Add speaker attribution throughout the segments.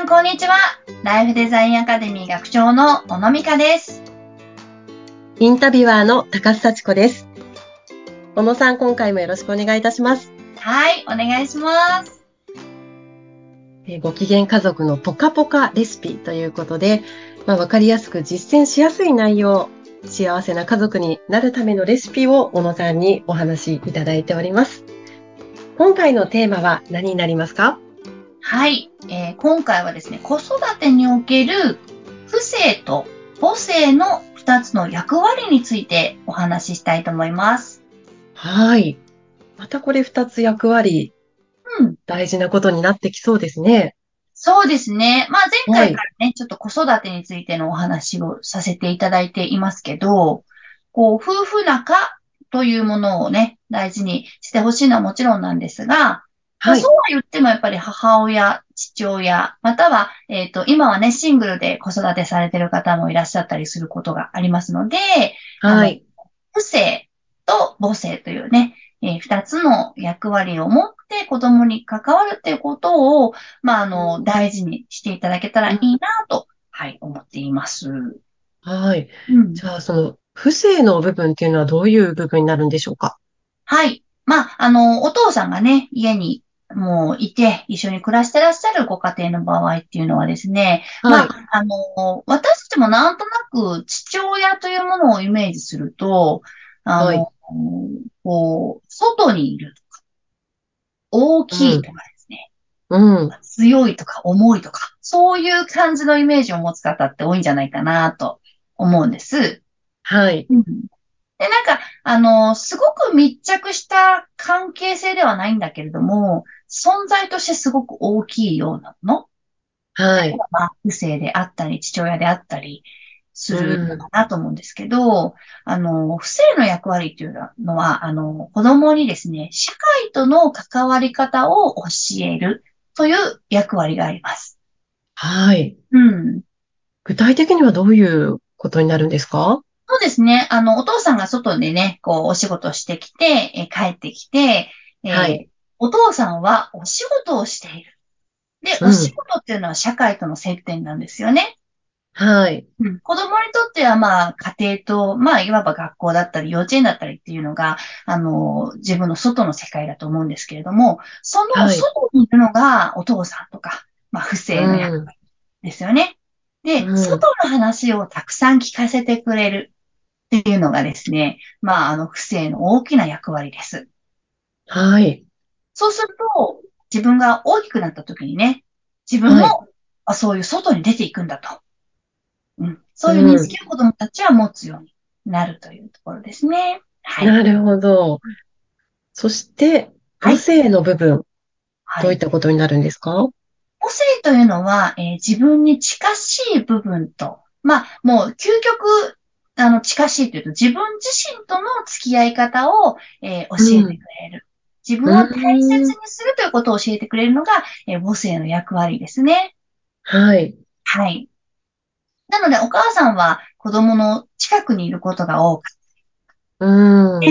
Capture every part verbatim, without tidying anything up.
Speaker 1: ん、こんにちは。ライフデザインアカデミー学長の小野美香です。
Speaker 2: インタビュアーの高須幸子です。小野さん、今回もよろしくお願いいたします。
Speaker 1: はい、お願いします。
Speaker 2: えーご機嫌家族のポカポカレシピということで、まあ、わかりやすく実践しやすい内容、幸せな家族になるためのレシピを小野さんにお話しいただいております。今回のテーマは何になりますか？
Speaker 1: はい、えー今回はですね、子育てにおける父性と母性のふたつの役割についてお話ししたいと思います。
Speaker 2: はい。またこれ二つ役割、
Speaker 1: うん、
Speaker 2: 大事なことになってきそうですね。
Speaker 1: そうですね。まあ前
Speaker 2: はい。
Speaker 1: 回からね、ちょっと子育てについてのお話をさせていただいていますけど、こう、夫婦仲というものをね、大事にしてほしいのはもちろんなんですが、まあ
Speaker 2: はい。
Speaker 1: そうは言ってもやっぱり母親、父親、または、えっと、今はね、シングルで子育てされている方もいらっしゃったりすることがありますので、あの、
Speaker 2: はい。
Speaker 1: 父性と母性というね、えー二つの役割を持って子供に関わるっていうことを、まあ、あの、大事にしていただけたらい
Speaker 2: うん、
Speaker 1: いなと、はい、思っています。
Speaker 2: はい。
Speaker 1: うん。
Speaker 2: じゃあ、その、不正の部分っていうのはどういう部分になるんでしょうか？
Speaker 1: はい。まあ、あの、お父さんがね、家にもういて、一緒に暮らしてらっしゃるご家庭の場合っていうのはですね、まあ、
Speaker 2: はい。
Speaker 1: あの、私たちもなんとなく父親というものをイメージすると、あの、
Speaker 2: はい。
Speaker 1: こう、外にいる、大
Speaker 2: うん。
Speaker 1: きいとかですね、
Speaker 2: うん。
Speaker 1: 強いとか重いとか、そういう感じのイメージを持つ方って多いんじゃないかなと思うんです。
Speaker 2: はい。
Speaker 1: うん。で、なんか、あの、すごく密着した関係性ではないんだけれども、存在としてすごく大きいようなもの。
Speaker 2: はい。
Speaker 1: まあ、父性であったり、父親であったりす
Speaker 2: う
Speaker 1: るのか
Speaker 2: ん。
Speaker 1: なと思うんですけど、あの、父性の役割っていうのは、あの、子供にですね、社会との関わり方を教えるという役割があります。
Speaker 2: はい。
Speaker 1: うん。
Speaker 2: 具体的にはどういうことになるんですか？
Speaker 1: そうですね。あの、お父さんが外でね、こう、お仕事をしてきて、えー帰ってきて、
Speaker 2: はい。
Speaker 1: えーお父さんはお仕事をしている。で、
Speaker 2: う
Speaker 1: お仕
Speaker 2: ん。
Speaker 1: 事っていうのは社会との接点なんですよね。
Speaker 2: はい。
Speaker 1: うん、子供にとっては、まあ、家庭と、まあ、いわば学校だったり、幼稚園だったりっていうのが、あの、自分の外の世界だと思うんですけれども、その
Speaker 2: はい。
Speaker 1: 外にいるのがお父さんとか、まあ、父
Speaker 2: う
Speaker 1: 性の役
Speaker 2: ん。
Speaker 1: 割ですよね。で、外
Speaker 2: うん。
Speaker 1: の話をたくさん聞かせてくれるっていうのがですね、まあ、あの、父性の大きな役割です。
Speaker 2: はい。
Speaker 1: そうすると、自分が大きくなった時にね、自分も、
Speaker 2: はい。
Speaker 1: あ、そういう外に出ていくんだと。うん。そ
Speaker 2: う
Speaker 1: ういう認
Speaker 2: ん。
Speaker 1: 識を子供たちは持つようになるというところですね。はい。
Speaker 2: なるほど。そして、母
Speaker 1: はい。
Speaker 2: 性の部分、どういっ
Speaker 1: はい。
Speaker 2: たことになるんですか？
Speaker 1: 個性というのは、えー自分に近しい部分と、まあ、もう究極、あの、近しいというと、自分自身との付き合い方を、えー
Speaker 2: う
Speaker 1: 教えて
Speaker 2: ん。
Speaker 1: くれる。自
Speaker 2: う
Speaker 1: 分を大切
Speaker 2: ん。
Speaker 1: にするということを教えてくれるのが、えー母性の役割ですね。
Speaker 2: はい。
Speaker 1: はい。なので、お母さんは子供の近くにいることが多く
Speaker 2: うん。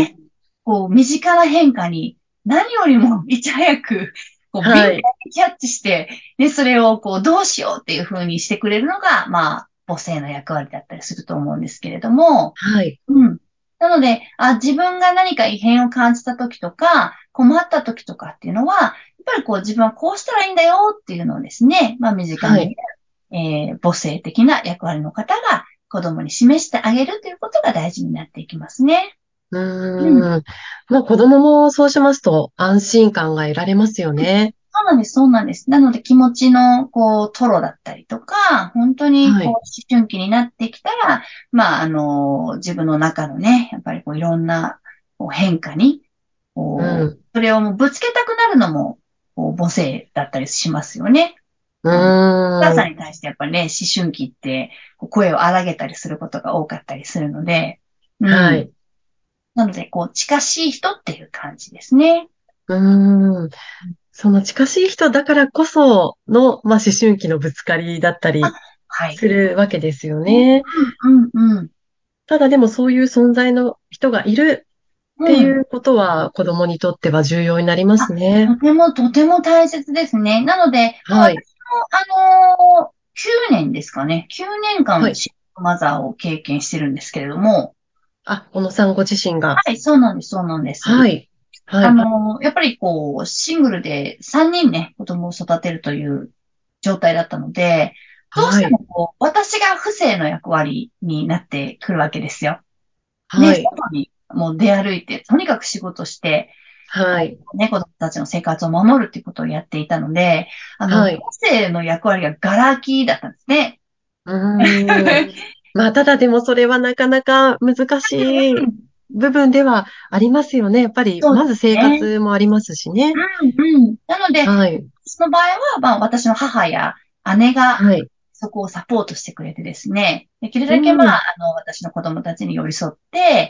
Speaker 1: て、こう、身近な変化に何よりもいち早く、こう、敏感
Speaker 2: はい。
Speaker 1: にキャッチして、で、それをこう、どうしようっていう風にしてくれるのが、まあ、母性の役割だったりすると思うんですけれども、
Speaker 2: はい。
Speaker 1: うん。なので、あ、自分が何か異変を感じた時とか、困った時とかっていうのは、やっぱりこう自分はこうしたらいいんだよっていうのをですね、まあ身近にいる、
Speaker 2: はい。
Speaker 1: えー母性的な役割の方が子供に示してあげるということが大事になっていきますね。
Speaker 2: う
Speaker 1: うん。
Speaker 2: ーん。まあ子供もそうしますと安心感が得られますよね。
Speaker 1: そうなんです、そうなんです。なので気持ちの、こう、トロだったりとか、本当に、こう、
Speaker 2: はい。
Speaker 1: 思春期になってきたら、まあ、あの、自分の中のね、やっぱりこう、いろんな、こう、変化に、
Speaker 2: う
Speaker 1: こう、
Speaker 2: ん。
Speaker 1: それをもうぶつけたくなるのも、こう、母性だったりしますよね。
Speaker 2: う
Speaker 1: あの、お母
Speaker 2: ーん。
Speaker 1: さんに対してやっぱりね、思春期って、こう声を荒げたりすることが多かったりするので、うん。
Speaker 2: はい。
Speaker 1: なので、こう、近しい人っていう感じですね。
Speaker 2: うーん。その近しい人だからこその、まあ思春期のぶつかりだった
Speaker 1: あ、
Speaker 2: り
Speaker 1: はい。
Speaker 2: するわけですよ
Speaker 1: うん、
Speaker 2: ね。
Speaker 1: うん、うん。
Speaker 2: ただでもそういう存在の人がいるって
Speaker 1: うん。
Speaker 2: いうことは子供にとっては重要になります
Speaker 1: あ、と
Speaker 2: ね。
Speaker 1: てもとても大切ですね。なので、まあ、私
Speaker 2: はい。
Speaker 1: あのー、きゅうねんですかね。きゅうねんか
Speaker 2: はい。
Speaker 1: んシングルマザーを経験してるんですけれども、
Speaker 2: あ、小野さんご自身が。
Speaker 1: はい、そうなんです、そうなんです。
Speaker 2: はい。は
Speaker 1: あ
Speaker 2: い。
Speaker 1: のー、やっぱりこう、シングルでさんにんね、子供を育てるという状態だったので、どうして
Speaker 2: はい。
Speaker 1: もこう、私が父性の役割になってくるわけですよ。ね、
Speaker 2: はい。
Speaker 1: 外にもう出歩いて、とにかく仕事して、あの
Speaker 2: はい。
Speaker 1: ね、子供たちの生活を守るっていうことをやっていたので、あの、母
Speaker 2: はい。
Speaker 1: 性の役割がガラ空きだったんですね。
Speaker 2: うーん。まあ、ただでもそれはなかなか難しい
Speaker 1: うん、
Speaker 2: 部分ではありますよね。やっぱり、
Speaker 1: そうです
Speaker 2: まず生
Speaker 1: ね。
Speaker 2: 活もありますしね。
Speaker 1: うん、うん。なので、
Speaker 2: はい。
Speaker 1: その場合は、まあ、私の母や姉が
Speaker 2: はい。
Speaker 1: そこをサポートしてくれてですね、できる
Speaker 2: う
Speaker 1: だけ、ま
Speaker 2: ん。
Speaker 1: あ、あの、私の子供たちに寄り添って、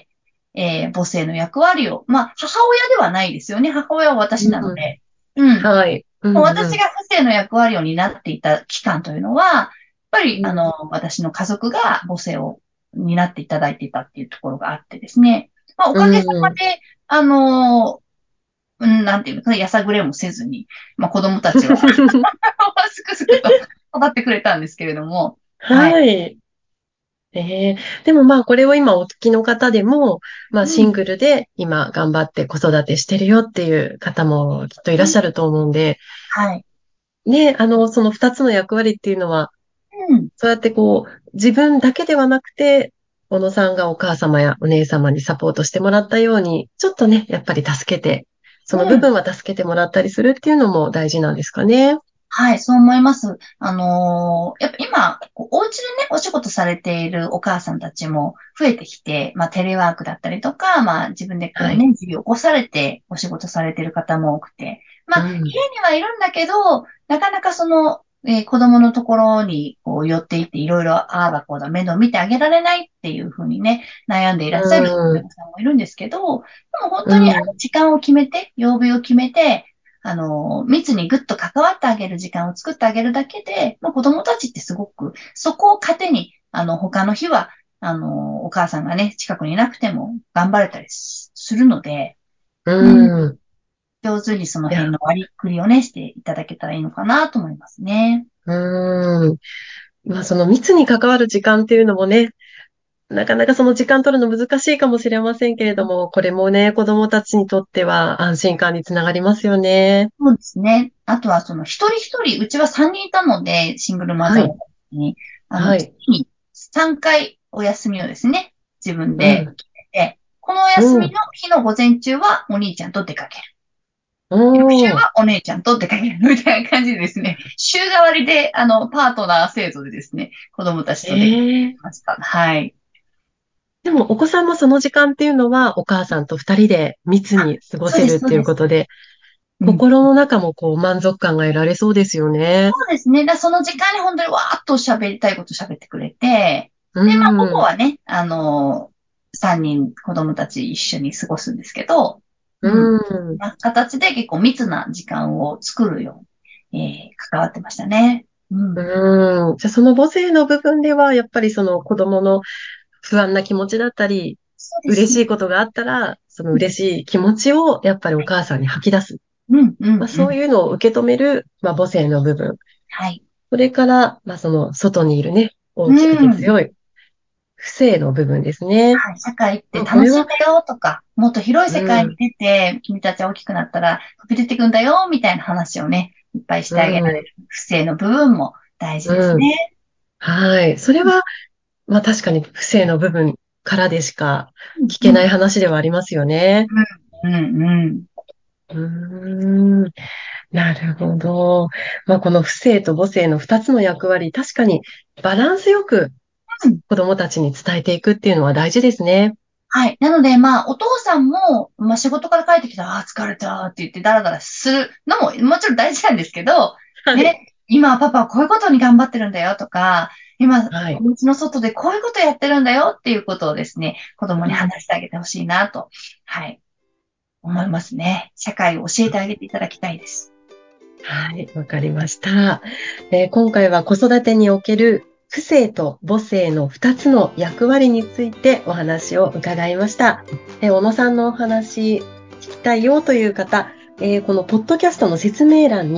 Speaker 1: えー母性の役割を、まあ、母親ではないですよね。母親は私なの
Speaker 2: うん。
Speaker 1: で、うん。
Speaker 2: はい。うん。うん。
Speaker 1: 私が父性の役割を担っていた期間というのは、やっぱり、あ
Speaker 2: うん。
Speaker 1: の、私の家族が母性を担っていただいていたっていうところがあってですね。まあ、お
Speaker 2: う
Speaker 1: かげさま
Speaker 2: ん。
Speaker 1: で、あの、うん、なんていうのかな、やさぐれもせずに、まあ、子供たちはすくすくと育ってくれたんですけれども、はい。
Speaker 2: はい。ええ、でもまあこれを今お聞きの方でも、まあ
Speaker 1: うん、
Speaker 2: シングルで今頑張って子育てしてるよっていう方もきっとい
Speaker 1: うん、
Speaker 2: らっしゃると思うんで、
Speaker 1: はい。
Speaker 2: ね、あの、その二つの役割っていうのは、
Speaker 1: うん、
Speaker 2: そうやってこう、自分だけではなくて、小野さんがお母様やお姉様にサポートしてもらったように、ちょっとね、やっぱり助けて、その部
Speaker 1: うん。
Speaker 2: 分は助けてもらったりするっていうのも大事なんですかね。
Speaker 1: はい、そう思います。あのーやっぱ今、こうお家でね、お仕事されているお母さんたちも増えてきて、まあ、テレワークだったりとか、まあ、自分でこ
Speaker 2: はい。
Speaker 1: うね、事業を起こされてお仕事されている方も多くて、まあ、
Speaker 2: うん。
Speaker 1: 家にはいるんだけど、なかなかその、えー子供のところにこう寄っていっていろいろああだこうだ面倒見てあげられないっていうふうにね、悩んでいらっしゃる
Speaker 2: うん。
Speaker 1: 親御さんもいるんですけど、でも本
Speaker 2: う
Speaker 1: 当にあの
Speaker 2: ん。
Speaker 1: 時間を決めて、曜日を決めて、あの、密にぐっと関わってあげる時間を作ってあげるだけで、まあ、子供たちってすごく、そこを糧に、あの、他の日は、あの、お母さんがね、近くにいなくても頑張れたりするので、
Speaker 2: う
Speaker 1: うん、
Speaker 2: ん。
Speaker 1: 上手にその
Speaker 2: いや、
Speaker 1: 辺の割りくりをね、していただけたらいいのかなと思いますね。
Speaker 2: うん。まあ、その密に関わる時間っていうのもね、なかなかその時間取るの難しいかもしれませんけれども、これもね、子供たちにとっては安心感につながりますよね。
Speaker 1: そうですね。あとは、その一人一人、うちはさんにんいたので、シングルマザーの
Speaker 2: はい。
Speaker 1: 時に、あの、月
Speaker 2: はい。
Speaker 1: にさんかいお休みをですね、自分
Speaker 2: うん。
Speaker 1: で決めて、このお
Speaker 2: う
Speaker 1: 休み
Speaker 2: ん。
Speaker 1: の日の午前中はお兄ちゃんと出かける。
Speaker 2: お
Speaker 1: 翌週
Speaker 2: ー。
Speaker 1: はお姉ちゃんと出かける。みたいな感じでですね、週替わりで、あの、パートナー制度でですね、子供たちと出かけ
Speaker 2: ええ、
Speaker 1: ました。はい。
Speaker 2: でもお子さんもその時間っていうのはお母さんと二人で密
Speaker 1: あ、
Speaker 2: に過ご
Speaker 1: そうです、
Speaker 2: せるっていう
Speaker 1: そうです。
Speaker 2: ことで、
Speaker 1: うん。
Speaker 2: 心の中もこう満足感が得られそうですよね。
Speaker 1: そうですね。だその時間に本当にわーっと喋りたいこと喋ってくれて、
Speaker 2: う
Speaker 1: で、まあ、午後
Speaker 2: ん。
Speaker 1: はね、あのさんにん子供たち一緒に過ごすんですけど、
Speaker 2: う
Speaker 1: うん。
Speaker 2: ん。
Speaker 1: な形で結構密な時間を作るように、えー関わってましたね。うん。
Speaker 2: うん。じゃあその母性の部分では、やっぱりその子供の不安な気持ちだったり、
Speaker 1: そうですね。
Speaker 2: 嬉しいことがあったら、その嬉しい気持ちをやっぱりお母さんに吐き出す。
Speaker 1: うん、うん、
Speaker 2: まあ、
Speaker 1: うん。
Speaker 2: そういうのを受け止める、まあ、母性の部分。
Speaker 1: はい。
Speaker 2: それから、まあ、その外にいるね、
Speaker 1: う
Speaker 2: 大きくて
Speaker 1: ん。
Speaker 2: 強い不正の部分ですね。
Speaker 1: はい、社会って
Speaker 2: まあ、これは、
Speaker 1: 楽しいんだよとか、もっと広い世界に
Speaker 2: うん、
Speaker 1: 出て、君たちは大きくなったら飛び出てくんだよ、みたいな話をね、いっぱいし
Speaker 2: う
Speaker 1: てあげられ
Speaker 2: ん、
Speaker 1: る不正の部分も大事です
Speaker 2: うん。
Speaker 1: ね。
Speaker 2: はい。それは、まあ確かに不正の部分からでしか
Speaker 1: うん、
Speaker 2: 聞けない
Speaker 1: うん、
Speaker 2: 話ではありますよね。
Speaker 1: うん、うん。
Speaker 2: うーん。なるほど。まあこの不正と母性の二つの役割、確かにバランスよく
Speaker 1: うん、
Speaker 2: 子供たちに伝えていくっていうのは大事ですね。
Speaker 1: はい。なので、まあ、お父さんも、まあ、仕事から帰ってきたら、ああ、疲れたって言ってダラダラするのも、もちろん大事なんですけど、
Speaker 2: はい。
Speaker 1: ね、今、パパはこういうことに頑張ってるんだよとか、今、
Speaker 2: はい。
Speaker 1: お家の外でこういうことやってるんだよっていうことをですね、子供に
Speaker 2: うん。
Speaker 1: 話してあげてほしいなと、はい、思いますね。社会を教えてあげていただきたいです。
Speaker 2: はい。わかりました。えー今回は子育てにおける父性と母性の二つの役割についてお話を伺いました。えー小野さんのお話聞きたいよという方、えーこのポッドキャストの説明欄に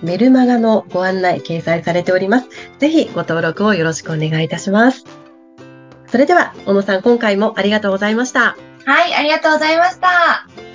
Speaker 2: メルマガのご案内掲載されております。ぜひご登録をよろしくお願いいたします。それでは、小野さん、今回もありがとうございました。
Speaker 1: はい、ありがとうございました。